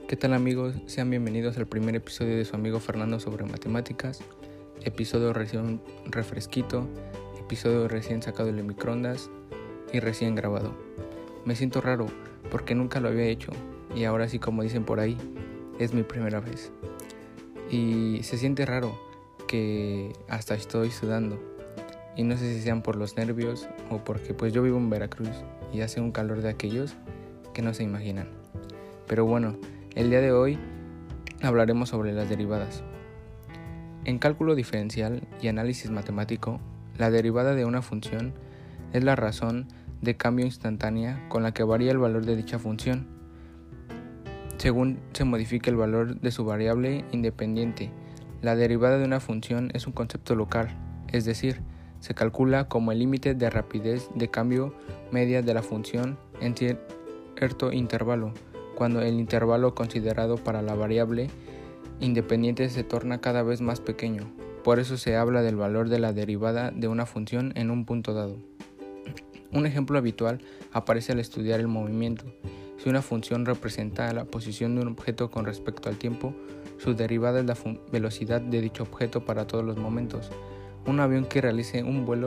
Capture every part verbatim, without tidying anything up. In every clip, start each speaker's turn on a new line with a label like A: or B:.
A: ¿Qué tal amigos? Sean bienvenidos al primer episodio de su amigo Fernando sobre matemáticas, episodio recién refresquito, episodio recién sacado de microondas y recién grabado. Me siento raro porque nunca lo había hecho y ahora sí, como dicen por ahí, es mi primera vez. Y se siente raro que hasta estoy sudando y no sé si sean por los nervios o porque pues yo vivo en Veracruz y hace un calor de aquellos que no se imaginan. Pero bueno, el día de hoy hablaremos sobre las derivadas. En cálculo diferencial y análisis matemático, la derivada de una función es la razón de cambio instantánea con la que varía el valor de dicha función, según se modifique el valor de su variable independiente. La derivada de una función es un concepto local, es decir, se calcula como el límite de rapidez de cambio media de la función en cierto intervalo, cuando el intervalo considerado para la variable independiente se torna cada vez más pequeño. Por eso se habla del valor de la derivada de una función en un punto dado. Un ejemplo habitual aparece al estudiar el movimiento. Si una función representa la posición de un objeto con respecto al tiempo, su derivada es la fun- velocidad de dicho objeto para todos los momentos. Un avión que realice un vuelo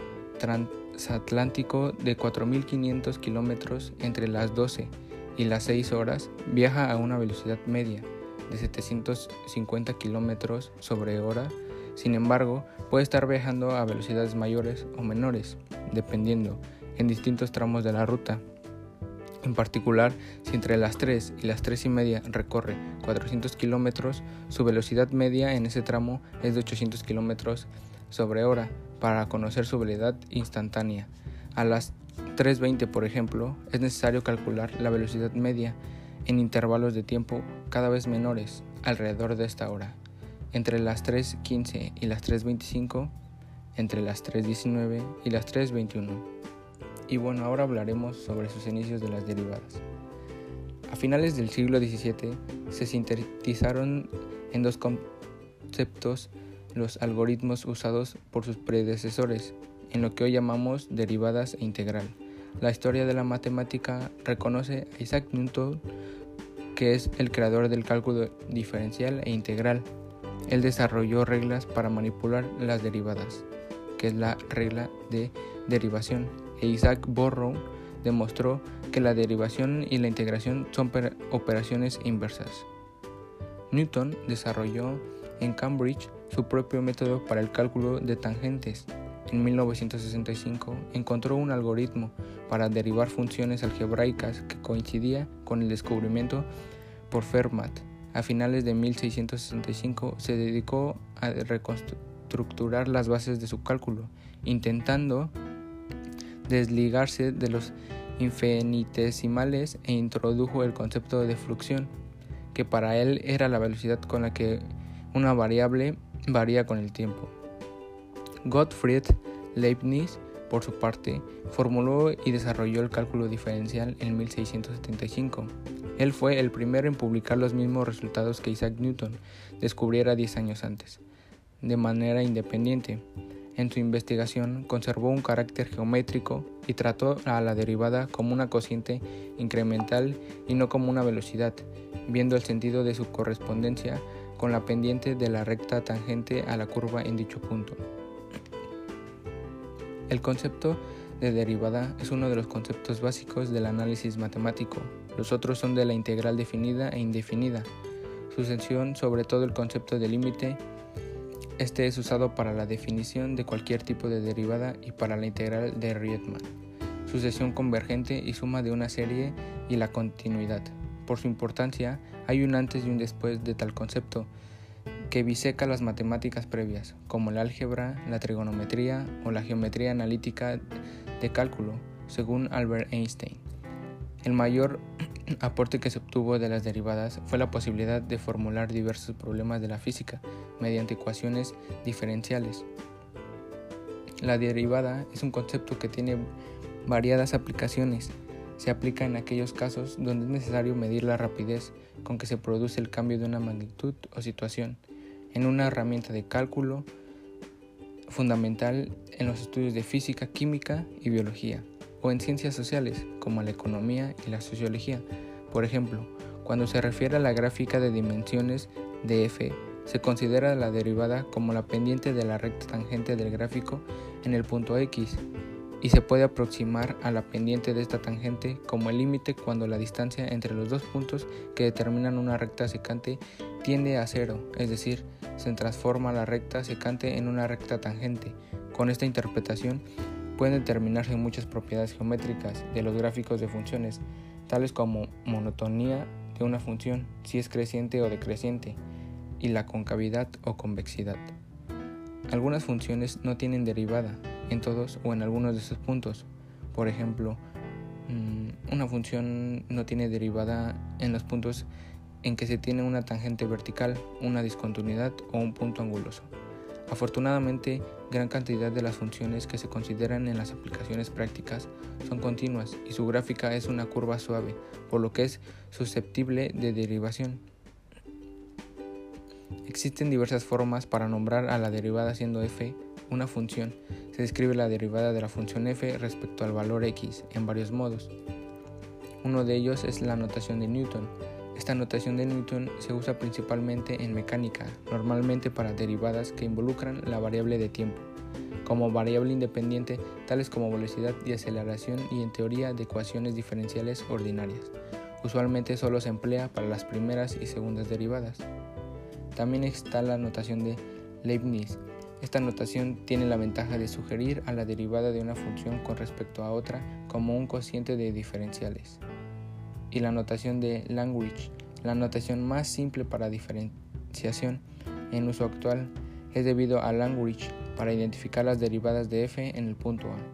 A: transatlántico de cuatro mil quinientos kilómetros entre las doce y las seis horas viaja a una velocidad media de setecientos cincuenta kilómetros sobre hora. Sin embargo, puede estar viajando a velocidades mayores o menores, dependiendo, en distintos tramos de la ruta. En particular, si entre las tres y las tres y media recorre cuatrocientos kilómetros, su velocidad media en ese tramo es de ochocientos kilómetros sobre hora, para conocer su velocidad instantánea. A las tres veinte, por ejemplo, es necesario calcular la velocidad media en intervalos de tiempo cada vez menores alrededor de esta hora, entre las tres quince y las tres veinticinco, entre las tres diecinueve y las tres veintiuno. Y bueno, ahora hablaremos sobre sus inicios de las derivadas. A finales del siglo diecisiete se sintetizaron en dos conceptos los algoritmos usados por sus predecesores, en lo que hoy llamamos derivadas e integral. La historia de la matemática reconoce a Isaac Newton, que es el creador del cálculo diferencial e integral. Él desarrolló reglas para manipular las derivadas, que es la regla de derivación, e Isaac Barrow demostró que la derivación y la integración son operaciones inversas. Newton desarrolló en Cambridge su propio método para el cálculo de tangentes. En mil novecientos sesenta y cinco encontró un algoritmo para derivar funciones algebraicas que coincidía con el descubrimiento por Fermat. A finales de mil seiscientos sesenta y cinco se dedicó a reestructurar las bases de su cálculo, intentando desligarse de los infinitesimales, e introdujo el concepto de fluxión, que para él era la velocidad con la que una variable varía con el tiempo. Gottfried Leibniz, por su parte, formuló y desarrolló el cálculo diferencial en mil seiscientos setenta y cinco. Él fue el primero en publicar los mismos resultados que Isaac Newton descubriera diez años antes, de manera independiente. En su investigación conservó un carácter geométrico y trató a la derivada como una cociente incremental y no como una velocidad, viendo el sentido de su correspondencia con la pendiente de la recta tangente a la curva en dicho punto. El concepto de derivada es uno de los conceptos básicos del análisis matemático. Los otros son de la integral definida e indefinida. Sucesión, sobre todo el concepto de límite. Este es usado para la definición de cualquier tipo de derivada y para la integral de Riemann. Sucesión convergente y suma de una serie y la continuidad. Por su importancia, hay un antes y un después de tal concepto, que biseca las matemáticas previas, como el álgebra, la trigonometría o la geometría analítica de cálculo, según Albert Einstein. El mayor aporte que se obtuvo de las derivadas fue la posibilidad de formular diversos problemas de la física mediante ecuaciones diferenciales. La derivada es un concepto que tiene variadas aplicaciones. Se aplica en aquellos casos donde es necesario medir la rapidez con que se produce el cambio de una magnitud o situación, en una herramienta de cálculo fundamental en los estudios de física, química y biología, o en ciencias sociales como la economía y la sociología, Por ejemplo, cuando se refiere a la gráfica de dimensiones de f, se considera la derivada como la pendiente de la recta tangente del gráfico en el punto x, y se puede aproximar a la pendiente de esta tangente como el límite cuando la distancia entre los dos puntos que determinan una recta secante tiende a cero, es decir, se transforma la recta secante en una recta tangente. Con esta interpretación pueden determinarse muchas propiedades geométricas de los gráficos de funciones, tales como monotonía de una función, si es creciente o decreciente, y la concavidad o convexidad. Algunas funciones no tienen derivada en todos o en algunos de sus puntos. Por ejemplo, una función no tiene derivada en los puntos en que se tiene una tangente vertical, una discontinuidad o un punto anguloso. Afortunadamente, gran cantidad de las funciones que se consideran en las aplicaciones prácticas son continuas y su gráfica es una curva suave, por lo que es susceptible de derivación. Existen diversas formas para nombrar a la derivada siendo f una función. Se describe la derivada de la función f respecto al valor x en varios modos. Uno de ellos es la notación de Newton. Esta notación de Newton se usa principalmente en mecánica, normalmente para derivadas que involucran la variable de tiempo, como variable independiente, tales como velocidad y aceleración, y en teoría de ecuaciones diferenciales ordinarias. Usualmente solo se emplea para las primeras y segundas derivadas. También está la notación de Leibniz. Esta notación tiene la ventaja de sugerir a la derivada de una función con respecto a otra como un cociente de diferenciales. Y la notación de Langevin, la notación más simple para diferenciación en uso actual, es debido a Langevin para identificar las derivadas de f en el punto A.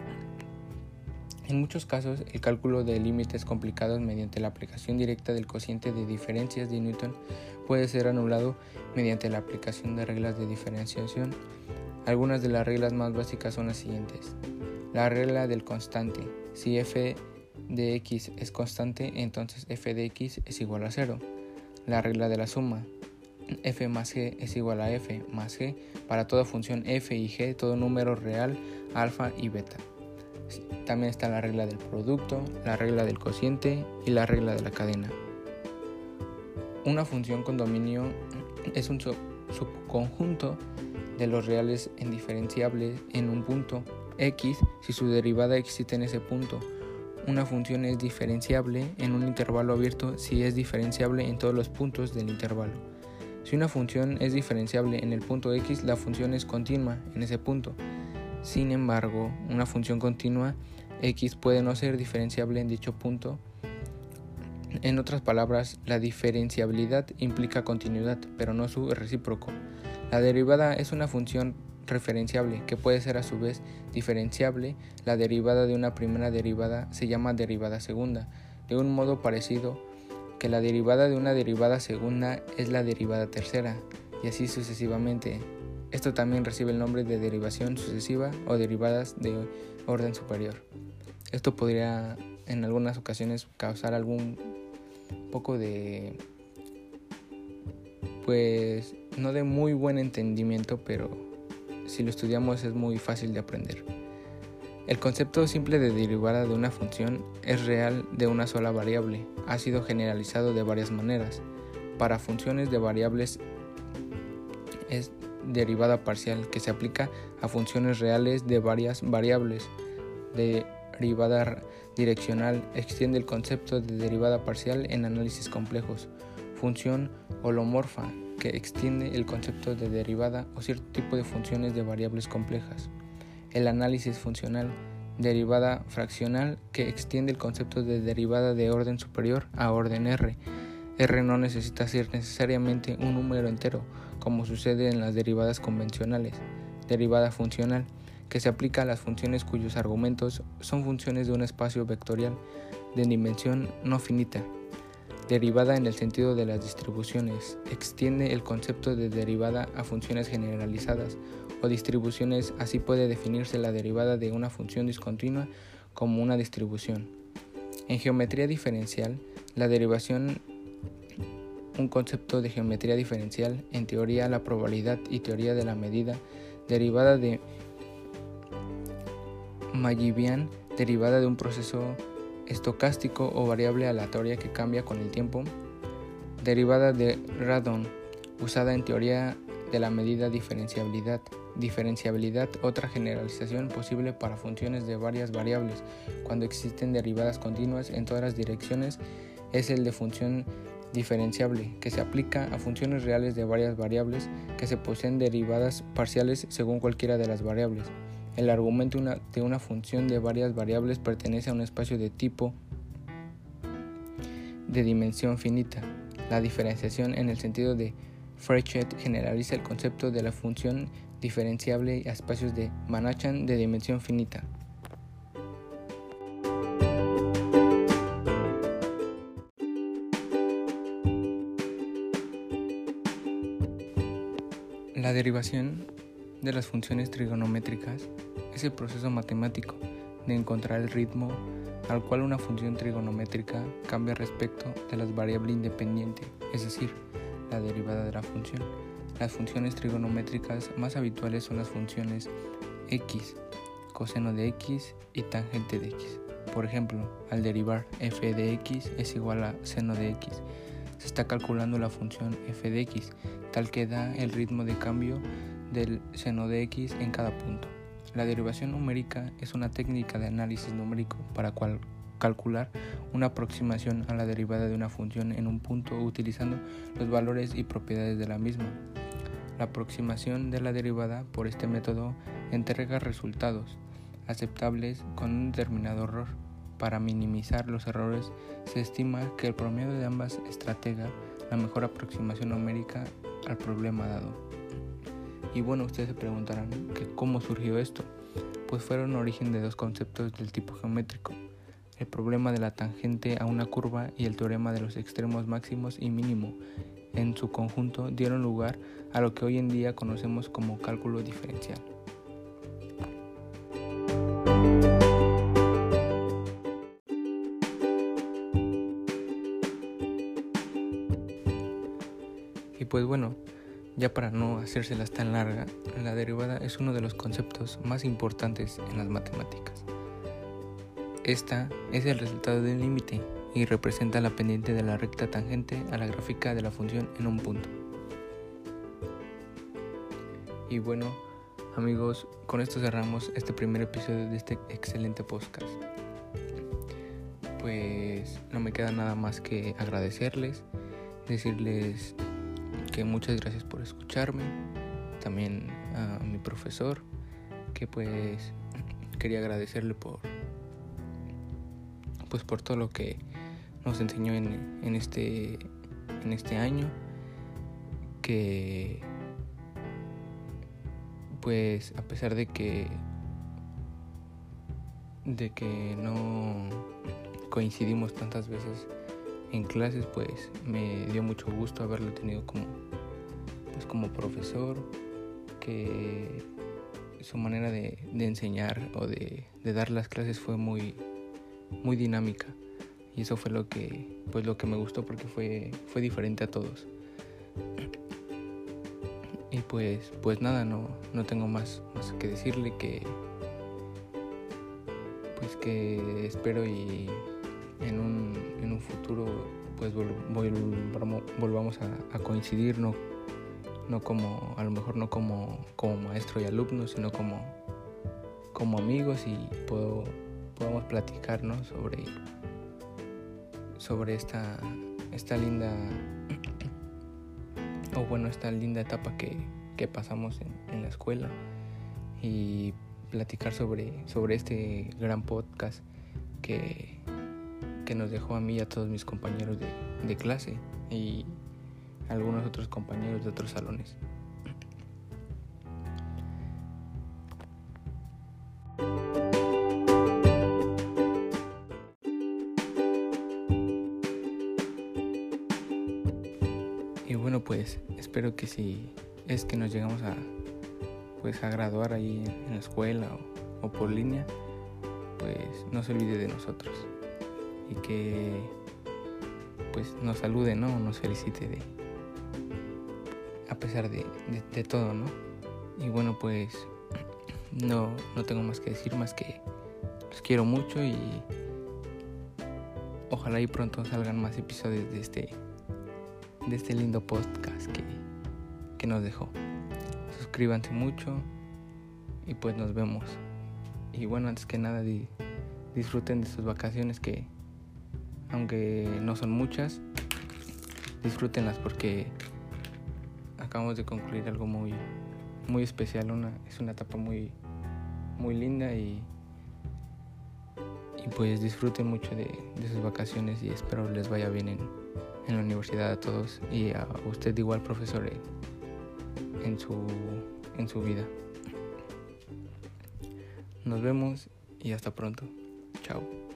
A: En muchos casos, el cálculo de límites complicados mediante la aplicación directa del cociente de diferencias de Newton puede ser anulado mediante la aplicación de reglas de diferenciación. Algunas de las reglas más básicas son las siguientes. La regla del constante. Si f de x es constante, entonces f de x es igual a cero. La regla de la suma. F más g es igual a f más g para toda función f y g, todo número real, alfa y beta. También está la regla del producto, la regla del cociente y la regla de la cadena. Una función con dominio es un subconjunto de los reales en diferenciables en un punto x si su derivada existe en ese punto. Una función es diferenciable en un intervalo abierto si es diferenciable en todos los puntos del intervalo. Si una función es diferenciable en el punto x, la función es continua en ese punto. Sin embargo, una función continua x puede no ser diferenciable en dicho punto. En otras palabras, la diferenciabilidad implica continuidad, pero no su recíproco. La derivada es una función referenciable que puede ser a su vez diferenciable. La derivada de una primera derivada se llama derivada segunda, de un modo parecido que la derivada de una derivada segunda es la derivada tercera, y así sucesivamente. Esto también recibe el nombre de derivación sucesiva o derivadas de orden superior. Esto podría en algunas ocasiones causar algún poco de, pues, no de muy buen entendimiento, pero si lo estudiamos es muy fácil de aprender. El concepto simple de derivada de una función es real de una sola variable. Ha sido generalizado de varias maneras. Para funciones de variables es derivada parcial, que se aplica a funciones reales de varias variables. Derivada direccional extiende el concepto de derivada parcial en análisis complejos. Función holomorfa, que extiende el concepto de derivada o cierto tipo de funciones de variables complejas. El análisis funcional. Derivada fraccional, que extiende el concepto de derivada de orden superior a orden R. R no necesita ser necesariamente un número entero, como sucede en las derivadas convencionales. Derivada funcional, que se aplica a las funciones cuyos argumentos son funciones de un espacio vectorial de dimensión no finita. Derivada en el sentido de las distribuciones, extiende el concepto de derivada a funciones generalizadas o distribuciones. Así puede definirse la derivada de una función discontinua como una distribución. En geometría diferencial, la derivación, un concepto de geometría diferencial, en teoría la probabilidad y teoría de la medida, derivada de Mallivian, derivada de un proceso estocástico o variable aleatoria que cambia con el tiempo. Derivada de Radon, usada en teoría de la medida diferenciabilidad. Diferenciabilidad, otra generalización posible para funciones de varias variables. Cuando existen derivadas continuas en todas las direcciones, es el de función diferenciable, que se aplica a funciones reales de varias variables que se poseen derivadas parciales según cualquiera de las variables. El argumento una, de una función de varias variables pertenece a un espacio de tipo de dimensión finita. La diferenciación en el sentido de Frechet generaliza el concepto de la función diferenciable a espacios de Banachak de dimensión finita. La derivación de las funciones trigonométricas es el proceso matemático de encontrar el ritmo al cual una función trigonométrica cambia respecto de las variables independientes, es decir, la derivada de la función. Las funciones trigonométricas más habituales son las funciones x, coseno de x y tangente de x. Por ejemplo, al derivar f de x es igual a seno de x, se está calculando la función f de x, tal que da el ritmo de cambio del seno de x en cada punto. La derivación numérica es una técnica de análisis numérico para cual calcular una aproximación a la derivada de una función en un punto utilizando los valores y propiedades de la misma. La aproximación de la derivada por este método entrega resultados aceptables con un determinado error. Para minimizar los errores, se estima que el promedio de ambas estrategia la mejor aproximación numérica al problema dado. Y bueno, ustedes se preguntarán que cómo surgió esto. Pues fueron origen de dos conceptos del tipo geométrico: el problema de la tangente a una curva y el teorema de los extremos máximos y mínimo. En su conjunto dieron lugar a lo que hoy en día conocemos como cálculo diferencial. Y pues bueno, ya para no hacérselas tan larga, la derivada es uno de los conceptos más importantes en las matemáticas. Esta es el resultado de un límite y representa la pendiente de la recta tangente a la gráfica de la función en un punto. Y bueno, amigos, con esto cerramos este primer episodio de este excelente podcast. Pues no me queda nada más que agradecerles, decirles que muchas gracias por escucharme, también a mi profesor, que pues quería agradecerle por pues por todo lo que nos enseñó en, en este en este año, que pues a pesar de que de que no coincidimos tantas veces en clases, pues me dio mucho gusto haberlo tenido como pues como profesor, que su manera de, de enseñar o de, de dar las clases fue muy muy dinámica, y eso fue lo que pues lo que me gustó, porque fue fue diferente a todos. Y pues pues nada, no no tengo más más que decirle, que pues que espero y en un en un futuro pues vol, vol, volvamos a, a coincidir, no no como a lo mejor no como como maestro y alumno, sino como como amigos, y puedo podamos platicar, ¿no? sobre sobre esta esta linda o bueno esta linda etapa que, que pasamos en, en la escuela, y platicar sobre sobre este gran podcast que que nos dejó a mí y a todos mis compañeros de, de clase y algunos otros compañeros de otros salones. Y bueno, pues espero que si es que nos llegamos a pues a graduar ahí en la escuela o, o por línea, pues no se olvide de nosotros, y que pues nos salude, ¿no? Nos felicite de a pesar de, de, de todo, ¿no? Y bueno, pues no, no tengo más que decir, más que los quiero mucho, y, ojalá y pronto salgan más episodios de este, de este lindo podcast que, que nos dejó. Suscríbanse mucho y pues nos vemos. Y bueno, antes que nada di, disfruten de sus vacaciones, que aunque no son muchas, disfrútenlas porque acabamos de concluir algo muy, muy especial. Una, es una etapa muy, muy linda y, y pues disfruten mucho de, de sus vacaciones y espero les vaya bien en, en la universidad a todos y a usted igual, profesor, en, en, su, en su vida. Nos vemos y hasta pronto. Chao.